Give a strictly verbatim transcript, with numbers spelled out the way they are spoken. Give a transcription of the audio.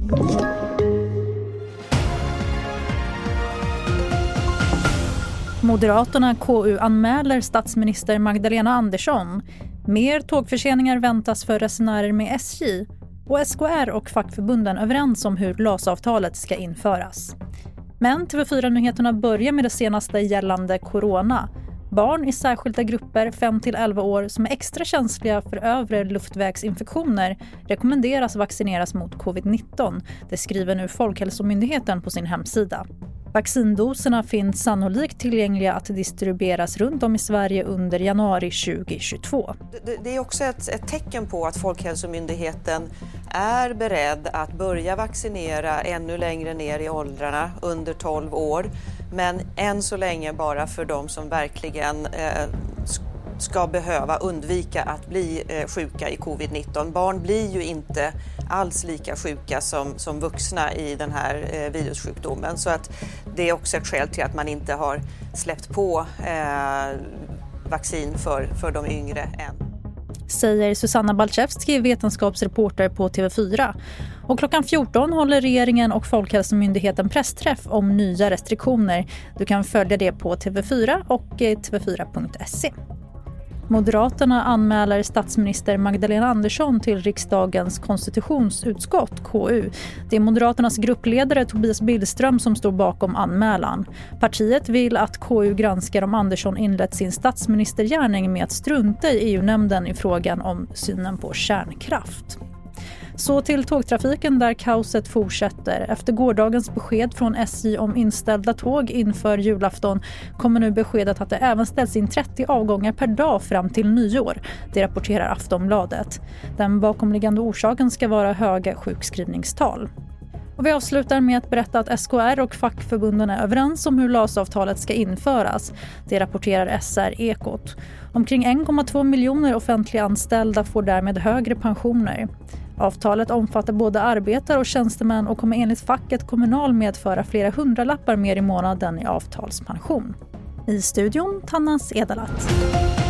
Moderaterna K U-anmäler statsminister Magdalena Andersson. Mer tågförseningar väntas för resenärer med S J. Och S K R och fackförbunden överens om hur L A S-avtalet ska införas. Men T V fyra-nyheterna börjar med det senaste gällande corona. Barn i särskilda grupper fem till elva år som är extra känsliga för övre luftvägsinfektioner rekommenderas vaccineras mot covid nitton. Det skriver nu Folkhälsomyndigheten på sin hemsida. Vaccindoserna finns sannolikt tillgängliga att distribueras runt om i Sverige under januari tjugohundratjugotvå. Det, det är också ett, ett tecken på att Folkhälsomyndigheten är beredd att börja vaccinera ännu längre ner i åldrarna under tolv år. Men än så länge bara för de som verkligen eh, ska behöva undvika att bli eh, sjuka i covid nitton. Barn blir ju inte alls lika sjuka som, som vuxna i den här eh, virussjukdomen. Så att det är också ett skäl till att man inte har släppt på eh, vaccin för, för de yngre än. Säger Susanna Balchevski, vetenskapsreporter på T V fyra. Och klockan fjorton håller regeringen och Folkhälsomyndigheten pressträff om nya restriktioner. Du kan följa det på T V fyra och T V fyra punkt se. Moderaterna anmäler statsminister Magdalena Andersson till riksdagens konstitutionsutskott K U. Det är Moderaternas gruppledare Tobias Billström som står bakom anmälan. Partiet vill att K U granskar om Andersson inlett sin statsministergärning med att strunta i E U-nämnden i frågan om synen på kärnkraft. Så till tågtrafiken där kaoset fortsätter. Efter gårdagens besked från S J om inställda tåg inför julafton kommer nu beskedet att det även ställs in trettio avgångar per dag fram till nyår. Det rapporterar Aftonbladet. Den bakomliggande orsaken ska vara höga sjukskrivningstal. Och vi avslutar med att berätta att S K R och fackförbunden är överens om hur L A S-avtalet ska införas. Det rapporterar S R-Ekot. Omkring en komma två miljoner offentliga anställda får därmed högre pensioner. Avtalet omfattar både arbetare och tjänstemän och kommer enligt facket Kommunal medföra flera hundralappar mer i månaden i avtalspension. I studion Tannas Edalat.